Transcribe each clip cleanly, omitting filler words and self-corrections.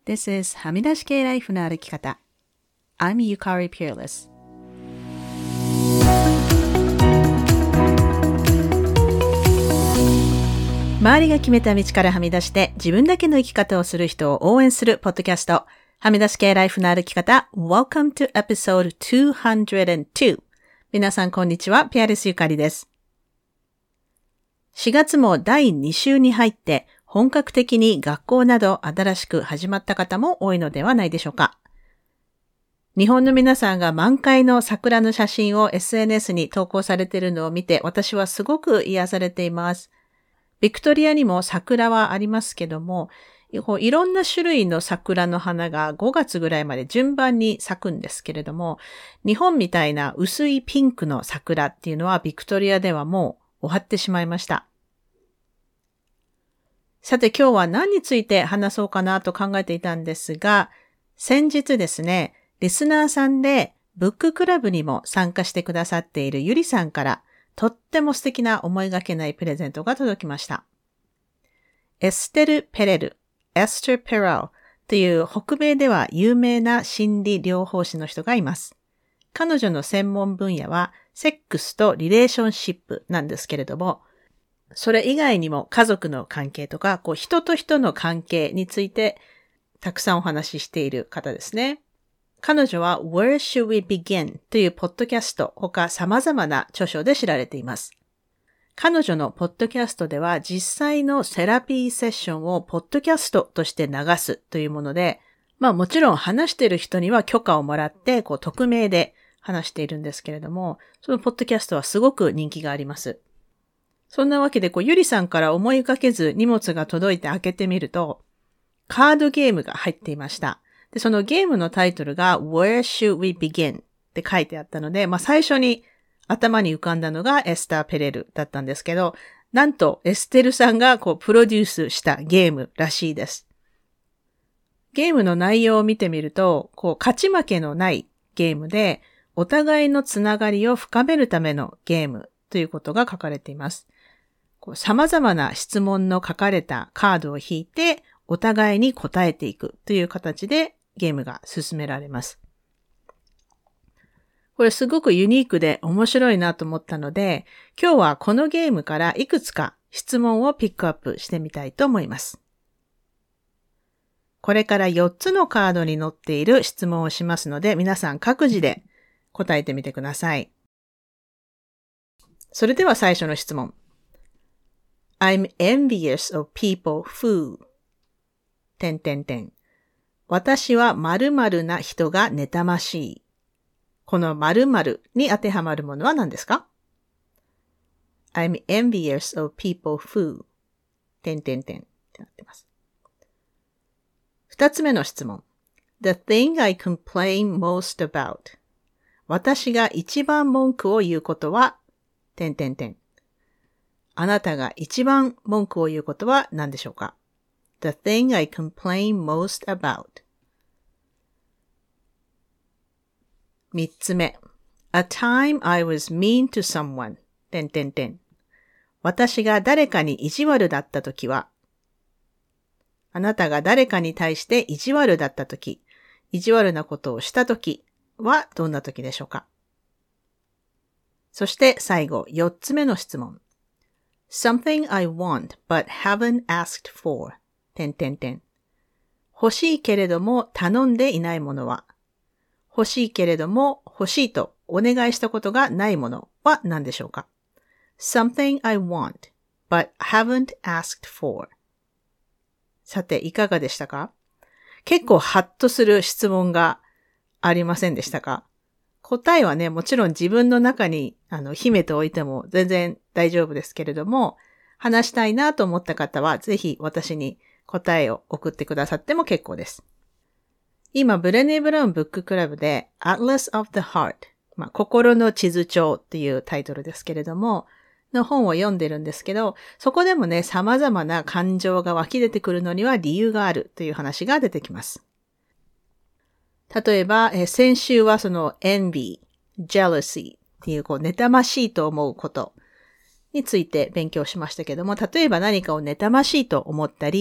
This is はみ出し系ライフの歩き方。I'm Yukari Peerless。周りが決めた道からはみ出して自分だけの生き方をする人を応援するポッドキャスト。はみ出し系ライフの歩き方。Welcome to episode 202。皆さんこんにちは。ピアレスゆかりです。4月も第2週に入って本格的に学校など新しく始まった方も多いのではないでしょうか。日本の皆さんが満開の桜の写真を SNS に投稿されているのを見て私はすごく癒されています。ビクトリアにも桜はありますけども、いろんな種類の桜の花が5月ぐらいまで順番に咲くんですけれども、日本みたいな薄いピンクの桜っていうのはビクトリアではもう終わってしまいました。さて今日は何について話そうかなと考えていたんですが、先日ですね、リスナーさんでブッククラブにも参加してくださっているゆりさんからとっても素敵な思いがけないプレゼントが届きました。エステル・ペレル、エステル・ペレルという北米では有名な心理療法士の人がいます。彼女の専門分野はセックスとリレーションシップなんですけれども、それ以外にも家族の関係とか、人と人の関係についてたくさんお話ししている方ですね。彼女は Where Should We Begin というポッドキャスト、他様々な著書で知られています。彼女のポッドキャストでは実際のセラピーセッションをポッドキャストとして流すというもので、もちろん話している人には許可をもらって匿名で話しているんですけれども、そのポッドキャストはすごく人気があります。そんなわけでゆりさんから思いがけず荷物が届いて開けてみると、カードゲームが入っていました。で、そのゲームのタイトルが Where Should We Begin って書いてあったので、最初に頭に浮かんだのがエスター・ペレルだったんですけど、なんとエステルさんがプロデュースしたゲームらしいです。ゲームの内容を見てみると、勝ち負けのないゲームで、お互いのつながりを深めるためのゲームということが書かれています。様々な質問の書かれたカードを引いて、お互いに答えていくという形でゲームが進められます。これすごくユニークで面白いなと思ったので、今日はこのゲームからいくつか質問をピックアップしてみたいと思います。これから4つのカードに載っている質問をしますので、皆さん各自で答えてみてください。それでは最初の質問。I'm envious of people who... 私は〇〇な人が妬ましい。この〇〇に当てはまるものは何ですか？ I'm envious of people who... ってなってます。二つ目の質問。The thing I complain most about. 私が一番文句を言うことは、あなたが一番文句を言うことは何でしょうか？ The thing I complain most about. 三つ目。A time I was mean to someone. 私が誰かに意地悪だったときは、あなたが誰かに対して意地悪だったとき、意地悪なことをしたときはどんなときでしょうか？そして最後、四つ目の質問。Something I want but haven't asked for. 欲しいけれども頼んでいないものは、欲しいけれども欲しいとお願いしたことがないものは何でしょうか？ Something I want but haven't asked for. さて、いかがでしたか？結構ハッとする質問がありませんでしたか？答えはね、もちろん自分の中に秘めておいても全然大丈夫ですけれども、話したいなと思った方はぜひ私に答えを送ってくださっても結構です。今、ブレネー・ブラウンブッククラブで Atlas of the Heart、心の地図帳っていうタイトルですけれども、の本を読んでるんですけど、そこでもね、様々な感情が湧き出てくるのには理由があるという話が出てきます。例えば、先週はその envy、jealousy っていう妬ましいと思うことについて勉強しましたけども、例えば何かを妬ましいと思ったり、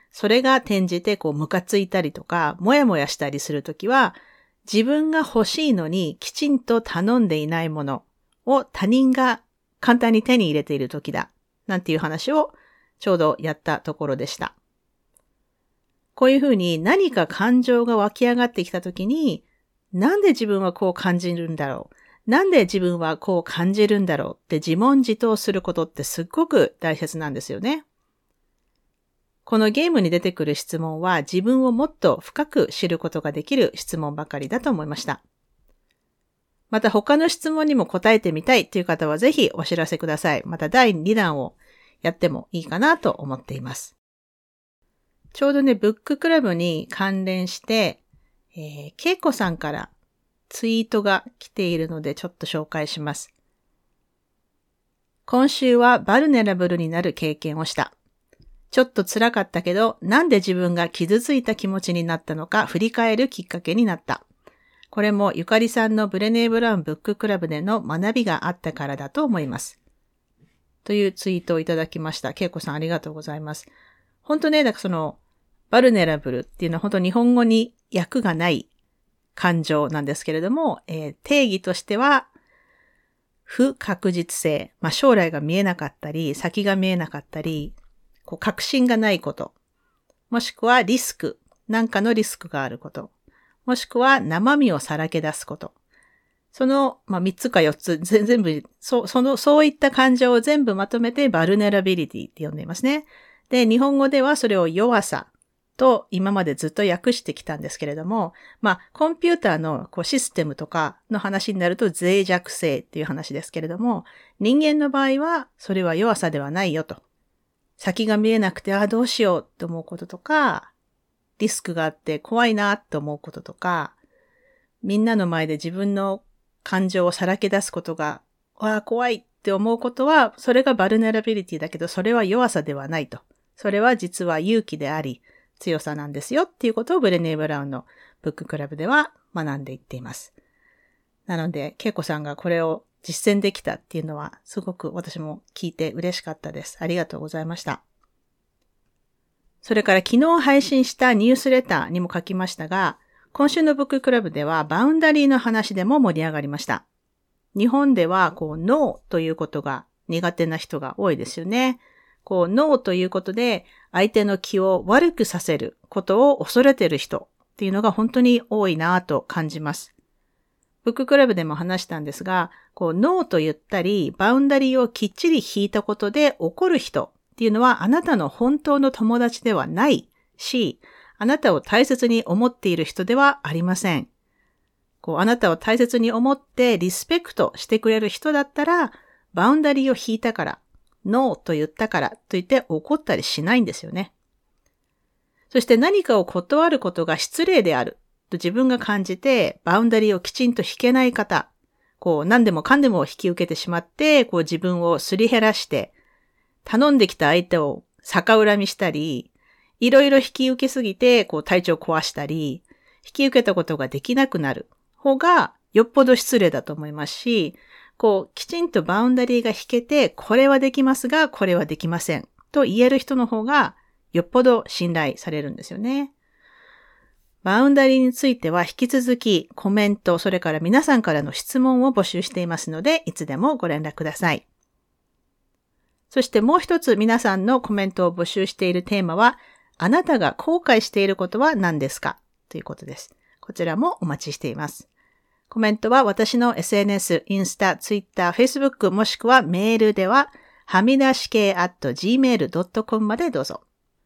それが転じてムカついたりとか、もやもやしたりするときは、自分が欲しいのにきちんと頼んでいないものを他人が簡単に手に入れているときだ。なんていう話をちょうどやったところでした。こういうふうに何か感情が湧き上がってきたときに、なんで自分はこう感じるんだろう、なんで自分はこう感じるんだろうって自問自答することってすっごく大切なんですよね。このゲームに出てくる質問は自分をもっと深く知ることができる質問ばかりだと思いました。また他の質問にも答えてみたいという方はぜひお知らせください。また第2弾をやってもいいかなと思っています。ちょうどね、ブッククラブに関連して、けいこさんからツイートが来ているのでちょっと紹介します。今週はバルネラブルになる経験をした。ちょっと辛かったけど、なんで自分が傷ついた気持ちになったのか振り返るきっかけになった。これもゆかりさんのブレネー・ブラウンブッククラブでの学びがあったからだと思います。というツイートをいただきました。けいこさんありがとうございます。本当ね、だからそのバルネラブルっていうのは本当日本語に訳がない感情なんですけれども、定義としては不確実性、将来が見えなかったり、先が見えなかったり、確信がないこと、もしくはリスク、なんかのリスクがあること、もしくは生身をさらけ出すこと。その、3つか4つ、全部、そういった感情を全部まとめてバルネラビリティって呼んでいますね。で、日本語ではそれを弱さと今までずっと訳してきたんですけれども、コンピューターのシステムとかの話になると脆弱性っていう話ですけれども、人間の場合はそれは弱さではないよと。先が見えなくて、どうしようって思うこととか、リスクがあって怖いなって思うこととか、みんなの前で自分の感情をさらけ出すことが、怖いって思うことは、それがバルネラビリティだけど、それは弱さではないと。それは実は勇気であり、強さなんですよっていうことをブレネー・ブラウンのブッククラブでは学んでいっています。なので、けいこさんがこれを実践できたっていうのはすごく私も聞いて嬉しかったです。ありがとうございました。それから昨日配信したニュースレターにも書きましたが、今週のブッククラブではバウンダリーの話でも盛り上がりました。日本ではノーということが苦手な人が多いですよね。ノーということで相手の気を悪くさせることを恐れている人っていうのが本当に多いなぁと感じます。ブッククラブでも話したんですが、ノーと言ったり、バウンダリーをきっちり引いたことで怒る人っていうのはあなたの本当の友達ではないし、あなたを大切に思っている人ではありません。あなたを大切に思ってリスペクトしてくれる人だったら、バウンダリーを引いたから、ノーと言ったからと言って怒ったりしないんですよね。そして何かを断ることが失礼であると自分が感じて、バウンダリーをきちんと引けない方、何でもかんでも引き受けてしまって、自分をすり減らして、頼んできた相手を逆恨みしたり、いろいろ引き受けすぎて、体調壊したり、引き受けたことができなくなる方がよっぽど失礼だと思いますし、きちんとバウンダリーが引けて、これはできますが、これはできませんと言える人の方がよっぽど信頼されるんですよね。バウンダリーについては引き続きコメント、それから皆さんからの質問を募集していますので、いつでもご連絡ください。そしてもう一つ皆さんのコメントを募集しているテーマは、あなたが後悔していることは何ですかということです。こちらもお待ちしています。コメントは私の SNS、インスタ、ツイッター、フェイスブックもしくはメールでは、はみだし系@gmail.com までどうぞ。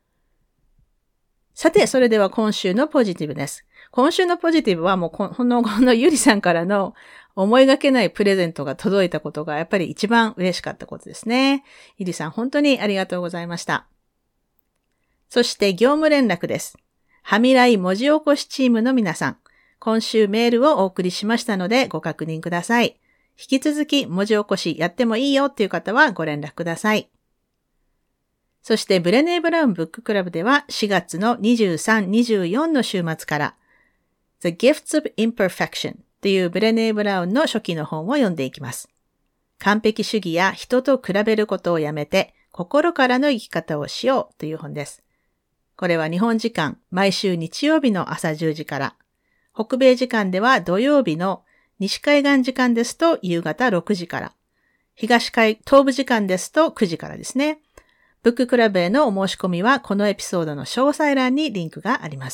さて、それでは今週のポジティブです。今週のポジティブはもうこのゆりさんからの思いがけないプレゼントが届いたことがやっぱり一番嬉しかったことですね。ゆりさん本当にありがとうございました。そして業務連絡です。はみらい文字起こしチームの皆さん、今週メールをお送りしましたのでご確認ください。引き続き文字起こしやってもいいよっていう方はご連絡ください。そしてブレネー・ブラウンブッククラブでは4月の23、24の週末から The Gifts of Imperfection というブレネー・ブラウンの初期の本を読んでいきます。完璧主義や人と比べることをやめて心からの生き方をしようという本です。 これは日本時間毎週日曜日の朝10時から、北米時間では土曜日の西海岸時間ですと夕方6時から、東部時間ですと9時からですね。ブッククラブへのお申し込みはこのエピソードの詳細欄にリンクがあります。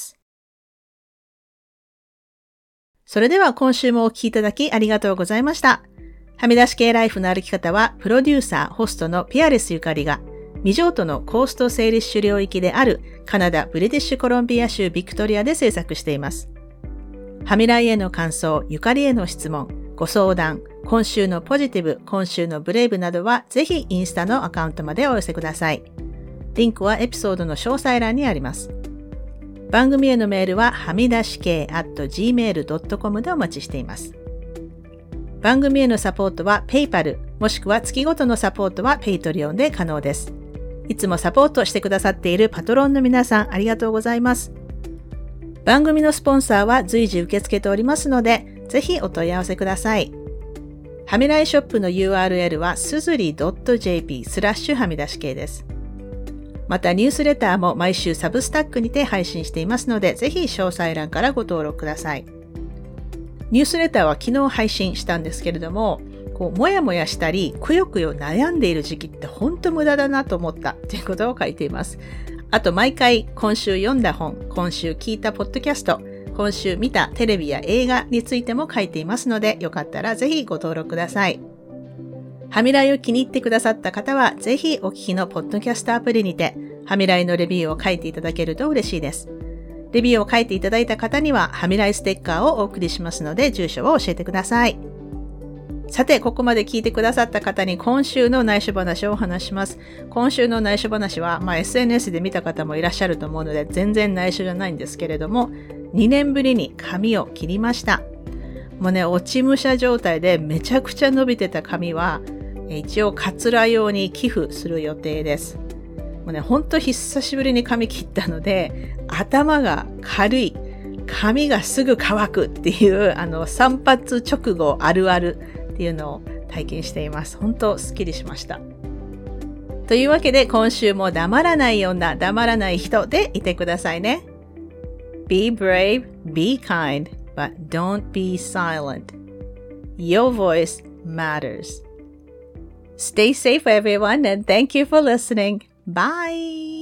それでは今週もお聞きいただきありがとうございました。はみ出し系ライフの歩き方はプロデューサー、ホストのピアレスゆかりが未譲渡のコーストセーリッシュ領域であるカナダ・ブリティッシュコロンビア州ビクトリアで制作しています。はみらいへの感想、ゆかりへの質問、ご相談、今週のポジティブ、今週のブレイブなどはぜひインスタのアカウントまでお寄せください。リンクはエピソードの詳細欄にあります。番組へのメールははみ出し系@gmail.com でお待ちしています。番組へのサポートは PayPal もしくは月ごとのサポートは Patreon で可能です。いつもサポートしてくださっているパトロンの皆さんありがとうございます。番組のスポンサーは随時受け付けておりますので、ぜひお問い合わせください。はみらいショップの URL はすずり .jp/ はみ出し系です。またニュースレターも毎週サブスタックにて配信していますので、ぜひ詳細欄からご登録ください。ニュースレターは昨日配信したんですけれども、もやもやしたり、くよくよ悩んでいる時期って本当無駄だなと思ったということを書いています。あと毎回今週読んだ本、今週聞いたポッドキャスト、今週見たテレビや映画についても書いていますので、よかったらぜひご登録ください。はみらいを気に入ってくださった方は、ぜひお聞きのポッドキャストアプリにて、はみらいのレビューを書いていただけると嬉しいです。レビューを書いていただいた方には、はみらいステッカーをお送りしますので、住所を教えてください。さて、ここまで聞いてくださった方に今週の内緒話をお話します。今週の内緒話は、SNS で見た方もいらっしゃると思うので、全然内緒じゃないんですけれども、2年ぶりに髪を切りました。もうね、落ち武者状態でめちゃくちゃ伸びてた髪は、一応カツラ用に寄付する予定です。もうね、ほんと久しぶりに髪切ったので、頭が軽い、髪がすぐ乾くっていう、散髪直後あるあるっていうのを体験しています。本当スッキリしました。というわけで今週も黙らない女、黙らない人でいてくださいね。Be brave, be kind, but don't be silent. Your voice matters. Stay safe everyone and thank you for listening. Bye!